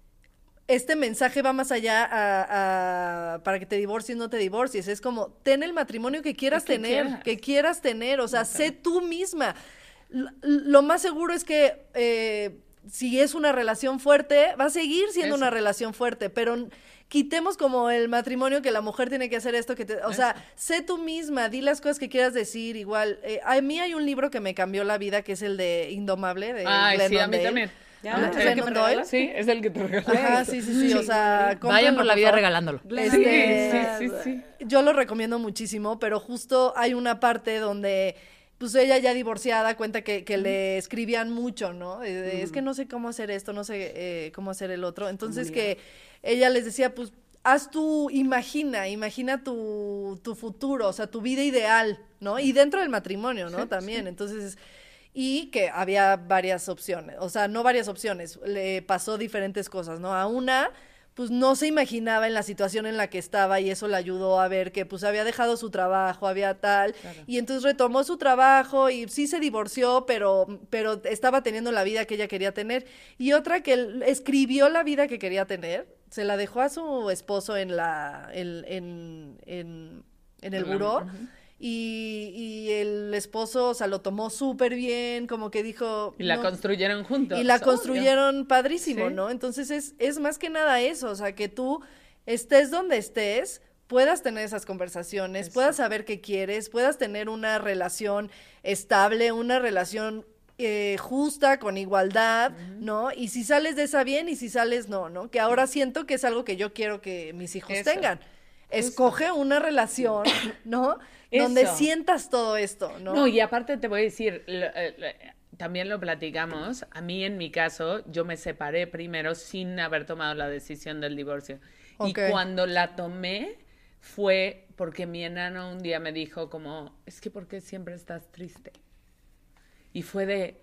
este mensaje va más allá a, a- para que te divorcies, no te divorcies. Es como, ten el matrimonio que quieras Que tener, quieras. que quieras tener, o sea, sé tú misma. L- Lo más seguro es que eh, si es una relación fuerte, va a seguir siendo Eso. una relación fuerte, pero n- quitemos como el matrimonio que la mujer tiene que hacer esto, que te, o sea, sé tú misma, di las cosas que quieras decir, igual. Eh, a mí hay un libro que me cambió la vida, que es el de Indomable, de Ay, sí, a Glennon mí Doyle. también. Ya, ¿No? ¿es el Glennon que me Doyle. regalas? Sí, es el que te regalé. Ajá, sí, sí, sí, o sea, Vayan cómprenlo, por la vida favor. regalándolo. Este, Sí, sí, sí, sí. Yo lo recomiendo muchísimo, pero justo hay una parte donde, pues ella ya divorciada cuenta que, que le escribían mucho, ¿no? De- de, Es que no sé cómo hacer esto, no sé eh, cómo hacer el otro. Entonces que ella les decía, pues haz tu, imagina, imagina tu, tu futuro, o sea, tu vida ideal, ¿no? Y dentro del matrimonio, ¿no? También, entonces... Y que había varias opciones, o sea, no varias opciones, le pasó diferentes cosas, ¿no? A una, pues no se imaginaba en la situación en la que estaba y eso le ayudó a ver que pues había dejado su trabajo, había tal, claro. Y entonces retomó su trabajo y sí se divorció, pero, pero estaba teniendo la vida que ella quería tener. Y otra que escribió la vida que quería tener, se la dejó a su esposo en la, en, en, en, en el buró. Uh-huh. Y, y el esposo, o sea, lo tomó súper bien, como que dijo... Y la no, construyeron juntos. Y la obvio. construyeron padrísimo, sí. ¿no? Entonces es, es más que nada eso, o sea, que tú estés donde estés, puedas tener esas conversaciones, eso. puedas saber qué quieres, puedas tener una relación estable, una relación eh, justa, con igualdad, uh-huh. ¿no? Y si sales de esa bien y si sales no, ¿no? Que ahora siento que es algo que yo quiero que mis hijos eso. tengan. Escoge eso. una relación, ¿no? Eso. Donde sientas todo esto, ¿no? No, y aparte te voy a decir, lo, lo, también lo platicamos, a mí en mi caso, yo me separé primero sin haber tomado la decisión del divorcio. Okay. Y cuando la tomé fue porque mi enano un día me dijo como, es que ¿por qué siempre estás triste? Y fue de...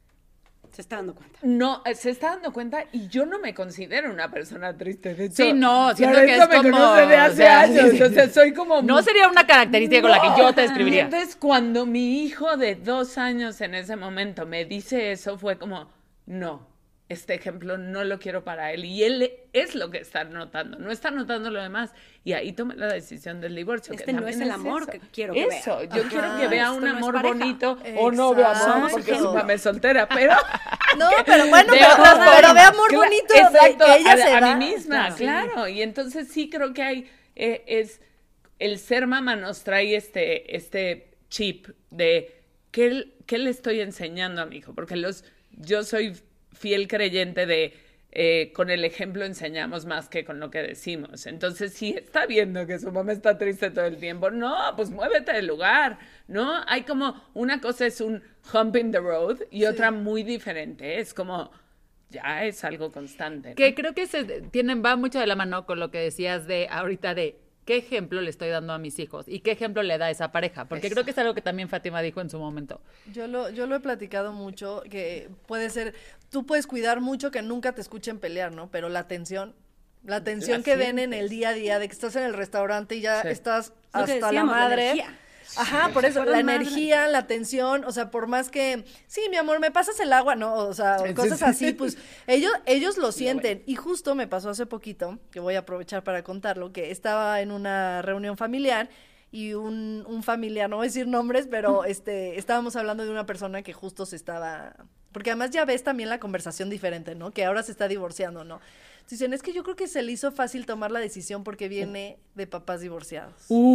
Se está dando cuenta. No, se está dando cuenta y yo no me considero una persona triste. De hecho, sí, no, siento que es me como... conoce de hace o sea, años, sí. o sea, soy como... No sería una característica no. con la que yo te describiría. Y entonces cuando mi hijo de dos años en ese momento me dice eso, fue como, no, este ejemplo no lo quiero para él. Y él es lo que está notando, no está notando lo demás. Y ahí tomé la decisión del divorcio. Este no es el amor eso. que quiero que vea. Eso, yo Ajá, quiero que vea un amor no bonito. Exacto. O no vea amor, porque su mamá es soltera, pero... No, pero bueno, pero, pero, pero ve amor claro, bonito exacto, de que ella a, se a da. mí misma, claro. claro. Y entonces sí creo que hay, eh, es, el ser mamá nos trae este, este chip de ¿qué, qué le estoy enseñando a mi hijo? Porque los, yo soy fiel creyente de eh, con el ejemplo enseñamos más que con lo que decimos. Entonces, si está viendo que su mamá está triste todo el tiempo, no, pues muévete del lugar, ¿no? Hay como, una cosa es un hump in the road y sí. otra muy diferente. Es como, ya es algo constante, ¿no? Que creo que se tienen, va mucho de la mano con lo que decías de ahorita de qué ejemplo le estoy dando a mis hijos y qué ejemplo le da a esa pareja, porque Eso. creo que es algo que también Fátima dijo en su momento. Yo lo, yo lo he platicado mucho, que puede ser, tú puedes cuidar mucho que nunca te escuchen pelear, ¿no? Pero la atención, la atención la que ven en el día a día, de que estás en el restaurante y ya sí. estás hasta decíamos, la madre. La Ajá, por eso, la energía, madre. la atención, o sea, por más que, sí, mi amor, ¿me pasas el agua? No, o sea, sí, cosas sí, sí. así, pues, ellos, ellos lo sienten, y justo me pasó hace poquito, que voy a aprovechar para contarlo, que estaba en una reunión familiar, y un, un familiar, no voy a decir nombres, pero, este, estábamos hablando de una persona que justo se estaba, porque además ya ves también la conversación diferente, ¿no? Que ahora se está divorciando, ¿no? Dicen, es que yo creo que se le hizo fácil tomar la decisión porque viene de papás divorciados.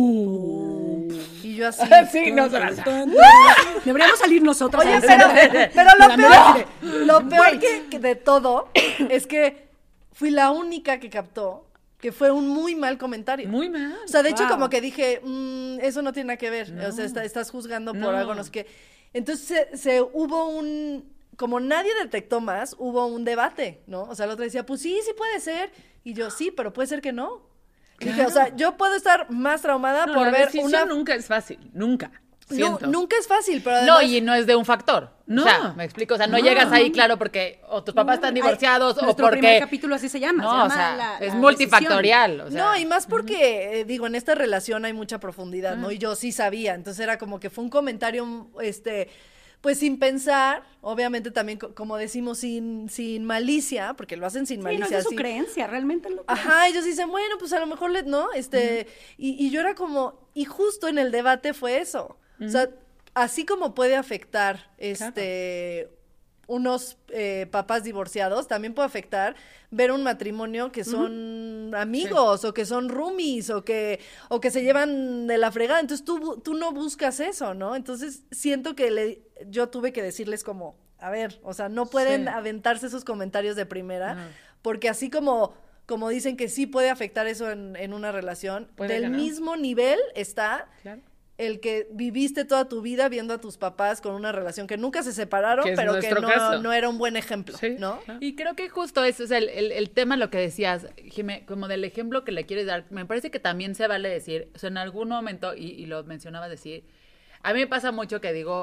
Uh. Uh. Y yo así. sí, no, deberíamos salir nosotros. Oye, pero, pero lo peor, lo peor que, que de todo es que fui la única que captó que fue un muy mal comentario. Muy mal. O sea, de hecho, wow. como que dije, mmm, eso no tiene nada que ver. No. O sea, está, estás juzgando por no. algo, no sé qué. Entonces, se, se hubo un... Como nadie detectó más, hubo un debate, ¿no? O sea, la otra decía, pues sí, sí puede ser. Y yo, sí, pero puede ser que no. Claro. Dije, o sea, yo puedo estar más traumada no, por la ver una... nunca es fácil, nunca. No, nunca es fácil, pero además... No, y no es de un factor. No. O sea, me explico, o sea, no, no llegas ahí, claro, porque o tus papás no, están divorciados hay, o porque... Nuestro primer capítulo así se llama. No, se llama o sea, la, es la multifactorial. O sea. No, y más porque, eh, digo, en esta relación hay mucha profundidad, uh-huh. ¿no? Y yo sí sabía, entonces era como que fue un comentario, este... pues sin pensar, obviamente también, como decimos, sin sin malicia, porque lo hacen sin sí, malicia. No es su su creencia, realmente lo creen. Ajá, ellos dicen, bueno, pues a lo mejor, le, ¿no? Este, uh-huh. y, y yo era como, y justo en el debate fue eso. Uh-huh. O sea, así como puede afectar, este... Claro. unos eh, papás divorciados, también puede afectar ver un matrimonio que son uh-huh. amigos, sí. o que son roomies, o que, o que se llevan de la fregada, entonces tú, tú no buscas eso, ¿no? Entonces siento que le, yo tuve que decirles como, a ver, o sea, no pueden sí. aventarse esos comentarios de primera, uh-huh. porque así como, como dicen que sí puede afectar eso en, en una relación, puede del mismo nivel está... Claro. El que viviste toda tu vida viendo a tus papás con una relación que nunca se separaron, que pero que no, no era un buen ejemplo, sí, ¿no? Claro. Y creo que justo eso, o sea, el, el, el tema, lo que decías, Jimé, como del ejemplo que le quieres dar, me parece que también se vale decir, o sea, en algún momento, y, y lo mencionaba decir, a mí me pasa mucho que digo,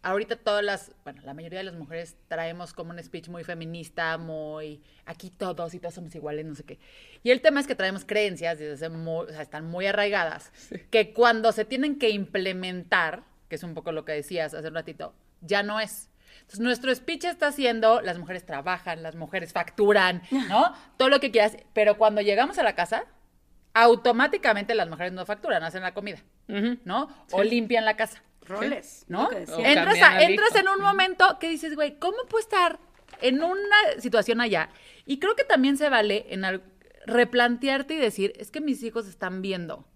ahorita todas las, bueno, la mayoría de las mujeres traemos como un speech muy feminista, muy, aquí todos y todos somos iguales, no sé qué. Y el tema es que traemos creencias, desde muy, o sea, están muy arraigadas, sí. que cuando se tienen que implementar, que es un poco lo que decías hace un ratito, ya no es. Entonces, nuestro speech está haciendo, las mujeres trabajan, las mujeres facturan, ¿no? Todo lo que quieras, pero cuando llegamos a la casa, automáticamente las mujeres no facturan, hacen la comida, uh-huh. ¿no? Sí. O limpian la casa. Roles, ¿no? Entras, a, entras en un momento que dices, güey, ¿cómo puedo estar en una situación allá? Y creo que también se vale en al, replantearte y decir, es que mis hijos están viendo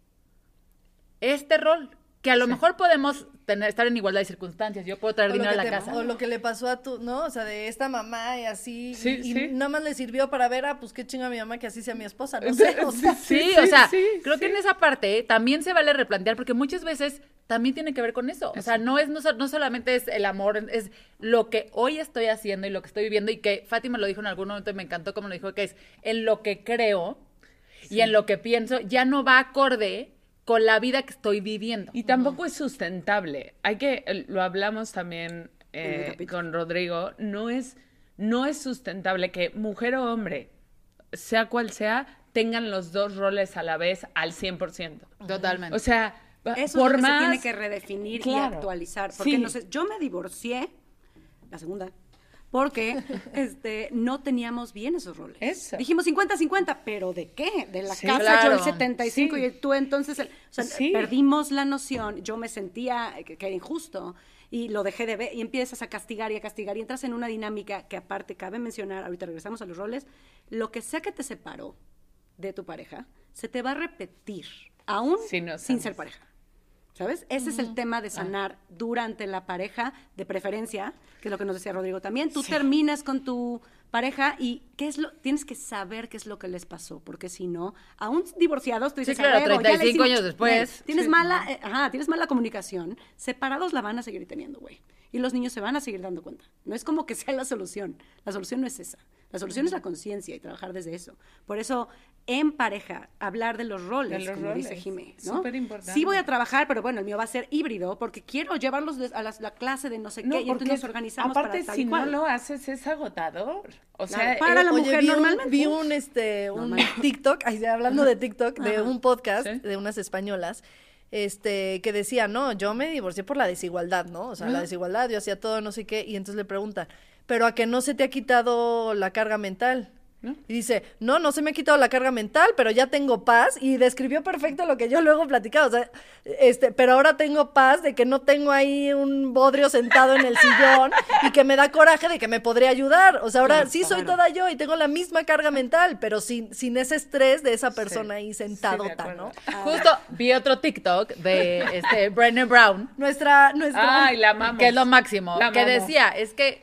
este rol, que a lo sí. mejor podemos tener, estar en igualdad de circunstancias, yo puedo traer o dinero a la te, casa. O lo que le pasó a tu, ¿no? O sea, de esta mamá y así, sí, y, sí. y nada más le sirvió para ver, ah, pues qué chinga mi mamá que así sea mi esposa, no sé, o sea. Sí, sí, sí o sea, sí, creo sí. que en esa parte también se vale replantear, porque muchas veces también tiene que ver con eso, o sea, no es no, no solamente es el amor, es lo que hoy estoy haciendo y lo que estoy viviendo, y que Fátima lo dijo en algún momento y me encantó como lo dijo, que es en lo que creo sí. y en lo que pienso, ya no va acorde con la vida que estoy viviendo. Y tampoco uh-huh. es sustentable. Hay que, lo hablamos también eh, con Rodrigo, no es, no es sustentable que mujer o hombre, sea cual sea, tengan los dos roles a la vez al cien por ciento. Totalmente. O sea, eso por es lo más... que se tiene que redefinir claro. y actualizar. Porque sí. no sé, yo me divorcié, la segunda, porque este, no teníamos bien esos roles. Eso. Dijimos cincuenta cincuenta, ¿pero de qué? De la sí, casa, claro. yo el setenta y cinco sí. y tú entonces... El, o sea, sí. perdimos la noción, yo me sentía que, que era injusto y lo dejé de ver y empiezas a castigar y a castigar y entras en una dinámica que aparte cabe mencionar, ahorita regresamos a los roles, lo que sea que te separó de tu pareja, se te va a repetir, aún sí, no sin ser pareja. ¿Sabes? Ese uh-huh. es el tema de sanar ah. durante la pareja, de preferencia, que es lo que nos decía Rodrigo también. Tú sí. terminas con tu pareja y ¿qué es lo? Tienes que saber qué es lo que les pasó, porque si no, aún divorciados, tú dices, sí, claro, treinta y cinco años después. Tienes sí. mala, eh, ajá, tienes mala comunicación, separados la van a seguir teniendo, güey. Y los niños se van a seguir dando cuenta. No es como que sea la solución. La solución no es esa. La solución uh-huh. es la conciencia y trabajar desde eso. Por eso, en pareja, hablar de los roles, de los como roles. dice Jimé, ¿no? Súper importante. Sí voy a trabajar, pero bueno, el mío va a ser híbrido, porque quiero llevarlos a la, la clase de no sé no, qué, y entonces nos organizamos aparte, para tal si y cual. no lo haces, es agotador. O sea, claro, para eh, la oye, mujer vi normalmente. Un, vi un, este, un TikTok, ay, hablando de TikTok, de Ajá. un podcast ¿Sí? de unas españolas, este, que decía, no, yo me divorcié por la desigualdad, ¿no? O sea, uh-huh. la desigualdad, yo hacía todo, no sé qué, y entonces le preguntan, ¿pero a que no se te ha quitado la carga mental? ¿No? Y dice, no, no se me ha quitado la carga mental, pero ya tengo paz, y describió perfecto lo que yo luego he platicado, o sea, este, pero ahora tengo paz de que no tengo ahí un bodrio sentado en el sillón y que me da coraje de que me podría ayudar, o sea, ahora claro, sí soy claro. toda yo y tengo la misma carga mental, pero sin, sin ese estrés de esa persona sí, ahí sentadota, sí, ¿no? Ah. Justo vi otro TikTok de este Brené Brown, nuestra, nuestra, ay, la amamos. Que es lo máximo, la que amamos. decía, es que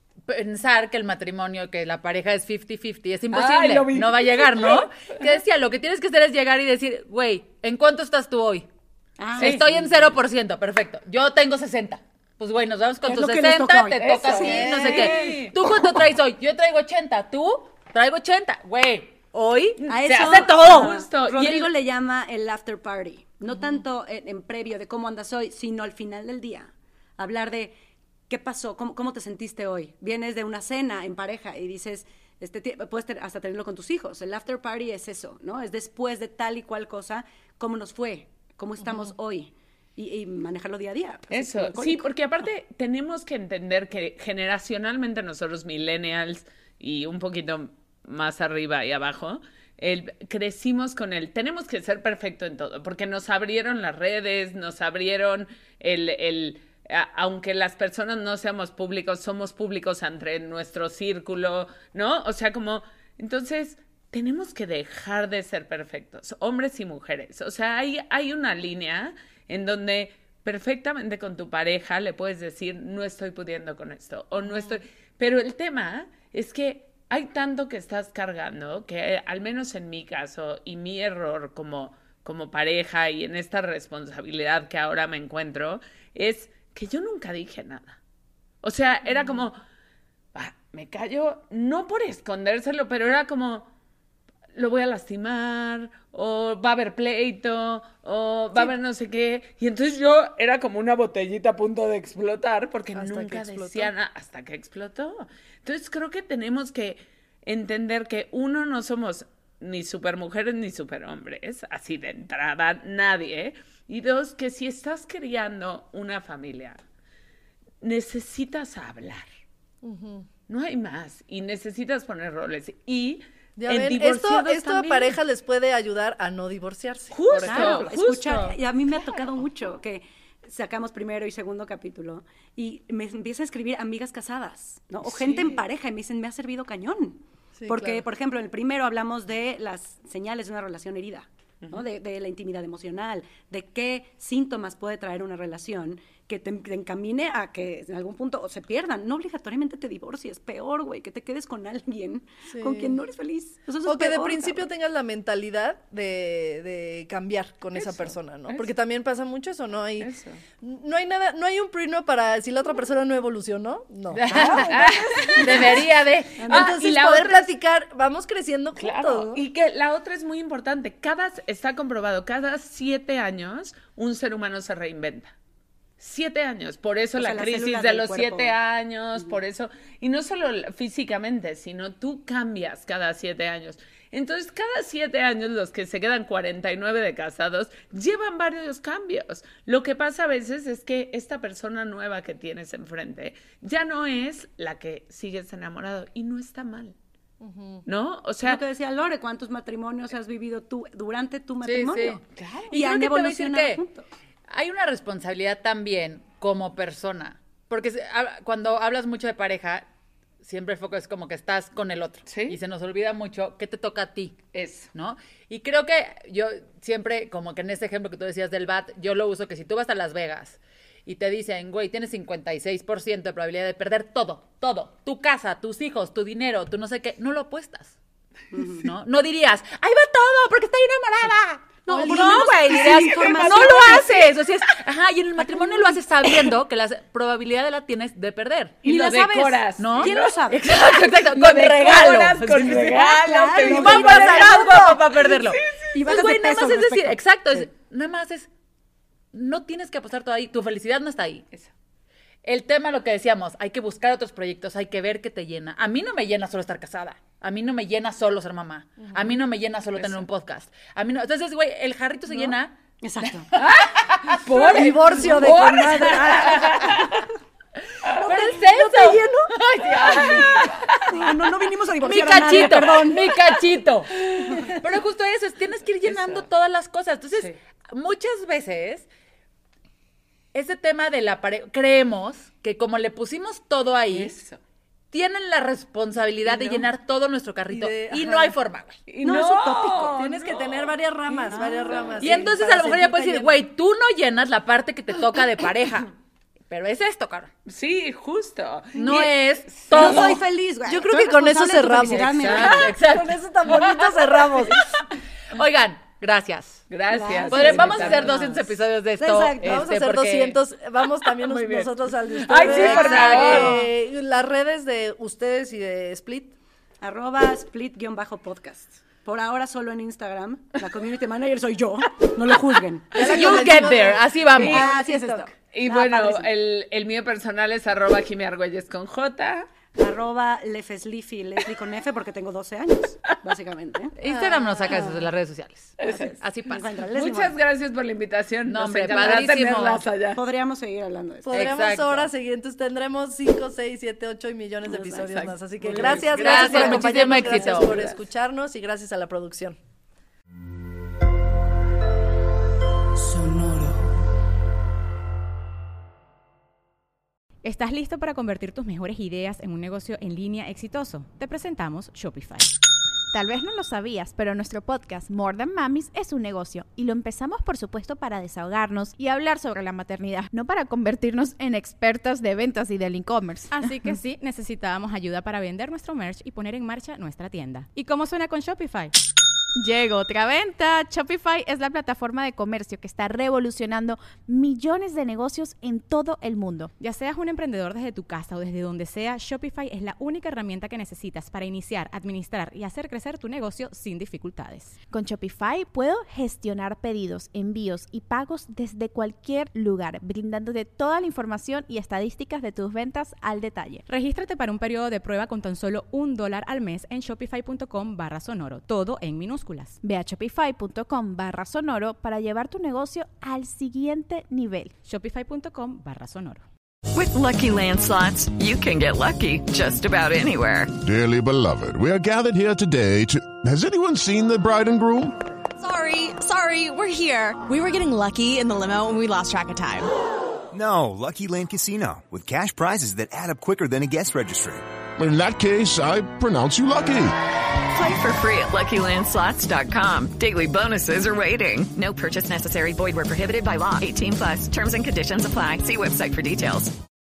pensar que el matrimonio, que la pareja es cincuenta cincuenta, es imposible, Ay, no va a llegar, ¿no? Que decía, lo que tienes que hacer es llegar y decir, güey, ¿en cuánto estás tú hoy? Ah, Estoy sí. en cero por ciento, perfecto. Yo tengo sesenta. Pues güey, nos vamos con tus sesenta, te toca así, no sé qué. ¿Tú cuánto traes hoy? Yo traigo ochenta, ¿tú? Traigo ochenta, güey. Hoy a se eso, hace todo. Justo. Rodrigo el... le llama el after party. No uh-huh. tanto en, en previo de cómo andas hoy, sino al final del día. Hablar de ¿qué pasó? ¿Cómo, cómo te sentiste hoy? Vienes de una cena en pareja y dices, este, puedes ter- hasta tenerlo con tus hijos. El after party es eso, ¿no? Es después de tal y cual cosa, ¿cómo nos fue? ¿Cómo estamos uh-huh. hoy? Y, y manejarlo día a día. Eso, sí, porque aparte tenemos que entender que generacionalmente nosotros millennials y un poquito más arriba y abajo, el, crecimos con el, tenemos que ser perfecto en todo, porque nos abrieron las redes, nos abrieron el... el aunque las personas no seamos públicos, somos públicos entre nuestro círculo, ¿no? O sea, como, entonces, tenemos que dejar de ser perfectos, hombres y mujeres. O sea, hay, hay una línea en donde perfectamente con tu pareja le puedes decir, no estoy pudiendo con esto, o no estoy... Pero el tema es que hay tanto que estás cargando que, al menos en mi caso, y mi error como, como pareja y en esta responsabilidad que ahora me encuentro, es... que yo nunca dije nada. O sea, era como, ah, me callo, no por escondérselo, pero era como, lo voy a lastimar, o va a haber pleito, o va sí. a haber no sé qué. Y entonces yo era como una botellita a punto de explotar, porque hasta nunca decían nada hasta que explotó. Entonces creo que tenemos que entender que uno, no somos ni supermujeres ni superhombres, así de entrada, nadie. ¿eh? Y dos, que si estás criando una familia, necesitas hablar. Uh-huh. No hay más. Y necesitas poner roles. Y ya ven, esto, esto a parejas les puede ayudar a no divorciarse. Justo, claro, justo. Escuchar, y a mí me ha tocado mucho que sacamos primero y segundo capítulo y me empieza a escribir amigas casadas, ¿no? O sí. gente en pareja y me dicen, me ha servido cañón. Sí, porque, claro. por ejemplo, en el primero hablamos de las señales de una relación herida, ¿no? Uh-huh. de, de la intimidad emocional, de qué síntomas puede traer una relación que te, te encamine a que en algún punto se pierdan. No obligatoriamente te divorcies, peor, güey, que te quedes con alguien sí. con quien no eres feliz. O, sea, o que peor, de principio cabrón. tengas la mentalidad de, de cambiar con eso, esa persona, ¿no? Eso. Porque también pasa mucho eso, ¿no? Hay, eso. no hay nada, no hay un prenup para si la otra persona no evolucionó, no. Ah, debería de. Entonces, ah, y la poder otra platicar, es... vamos creciendo claro. juntos, ¿no? Y que la otra es muy importante. Cada, está comprobado, cada siete años un ser humano se reinventa. Siete años, por eso o la sea, crisis de los cuerpo. siete años, uh-huh. por eso, y no solo físicamente, sino tú cambias cada siete años. Entonces, cada siete años, los que se quedan cuarenta y nueve de casados, llevan varios cambios. Lo que pasa a veces es que esta persona nueva que tienes enfrente ya no es la que sigues enamorado, y no está mal. Uh-huh. ¿No? O sea, lo que decía Lore, ¿cuántos matrimonios has vivido tú durante tu matrimonio? Sí, sí. Claro. Y, y han evolucionado juntos. Hay una responsabilidad también como persona, porque se, a, cuando hablas mucho de pareja, siempre el foco es como que estás con el otro, ¿sí? Y se nos olvida mucho qué te toca a ti, eso, ¿no? Y creo que yo siempre, como que en ese ejemplo que tú decías del B A T, yo lo uso que si tú vas a Las Vegas y te dicen, güey, tienes cincuenta y seis por ciento de probabilidad de perder todo, todo, tu casa, tus hijos, tu dinero, tu no sé qué, no lo apuestas, uh-huh. ¿no? No dirías, ahí va todo porque estoy enamorada. No, no, güey, dirías, no lo haces. O sea, es, ajá, y en el matrimonio lo haces sabiendo que la probabilidad la tienes de perder. Y, y lo decoras, ¿no? ¿Quién lo sabe? Exacto, exacto, con regalo. Con regalo. Y vamos a hacer algo para perderlo. Sí, sí. Y pues, güey, nada más es decir, exacto, es, nada más es, no tienes que apostar todo ahí, tu felicidad no está ahí. Eso. El tema, lo que decíamos, hay que buscar otros proyectos, hay que ver qué te llena. A mí no me llena solo estar casada. A mí no me llena solo ser mamá. Uh-huh. A mí no me llena solo Eso. tener un podcast. A mí no. Entonces, güey, el jarrito se ¿No? llena. Exacto. Por divorcio de con madre. Pero es eso. ¿No te lleno? Ay, no, no, no vinimos a divorciar mi cachito, a nadie, perdón. Mi cachito. Pero justo eso, es, tienes que ir llenando eso. todas las cosas. Entonces, sí. muchas veces, ese tema de la pareja, creemos que como le pusimos todo ahí, eso. tienen la responsabilidad no. de llenar todo nuestro carrito. Y, de, y no hay forma, güey. Y no, no es utópico. Tienes no. que tener varias ramas, no. varias ramas. Y sí, entonces a lo mejor ya puedes decir, güey, tú no llenas la parte que te toca de pareja. Pero es esto, cabrón. Sí, justo. No y es todo. No soy feliz, güey. Yo creo que con eso cerramos. Exacto, exacto. Con eso tan bonito cerramos. Oigan, gracias. Gracias. Podremos, vamos a hacer doscientos episodios de esto. Exacto, vamos este, a hacer porque... doscientos. Vamos también nosotros al de ustedes. Ay, sí, perfecto. Eh, las redes de ustedes y de Split. Arroba split-podcast. Por ahora solo en Instagram. La community manager soy yo. No lo juzguen. You get there. Así vamos. Sí, así es esto. Y ah, bueno, el, el mío personal es arroba Jimmy Argüelles con J. Arroba Lefeslifi, Leslie con F, porque tengo doce años, básicamente. Instagram nos saca eso de las redes sociales. Eso es. Así pasa. Muchas gracias por la invitación. No, hombre, padrísimo. Podríamos seguir hablando de eso. Podríamos Exacto. horas seguir, entonces tendremos cinco, seis, siete, ocho y millones de episodios Exacto. más. Así que Muy gracias, bien. gracias, gracias por acompañarnos, éxito. gracias por escucharnos y gracias a la producción. Sonoro. ¿Estás listo para convertir tus mejores ideas en un negocio en línea exitoso? Te presentamos Shopify. Tal vez no lo sabías, pero nuestro podcast More Than Mamis es un negocio y lo empezamos por supuesto para desahogarnos y hablar sobre la maternidad, no para convertirnos en expertas de ventas y del e-commerce. Así que sí, necesitábamos ayuda para vender nuestro merch y poner en marcha nuestra tienda. ¿Y cómo suena con Shopify? Llegó otra venta. Shopify es la plataforma de comercio que está revolucionando millones de negocios en todo el mundo. Ya seas un emprendedor desde tu casa o desde donde sea, Shopify es la única herramienta que necesitas para iniciar, administrar y hacer crecer tu negocio sin dificultades. Con Shopify puedo gestionar pedidos, envíos y pagos desde cualquier lugar, brindándote toda la información y estadísticas de tus ventas al detalle. Regístrate para un periodo de prueba con tan solo un dólar al mes en shopify.com barra sonoro, todo en minúsculas. Ve a shopify.com barra sonoro para llevar tu negocio al siguiente nivel. Shopify.com barra sonoro. With Lucky Land Slots, you can get lucky just about anywhere. Dearly beloved, we are gathered here today to... Has anyone seen the bride and groom? Sorry, sorry, we're here. We were getting lucky in the limo and we lost track of time. No, Lucky Land Casino, with cash prizes that add up quicker than a guest registry. In that case, I pronounce you lucky. Play for free at lucky land slots dot com. Daily bonuses are waiting. No purchase necessary. Void where prohibited by law. eighteen plus. Terms and conditions apply. See website for details.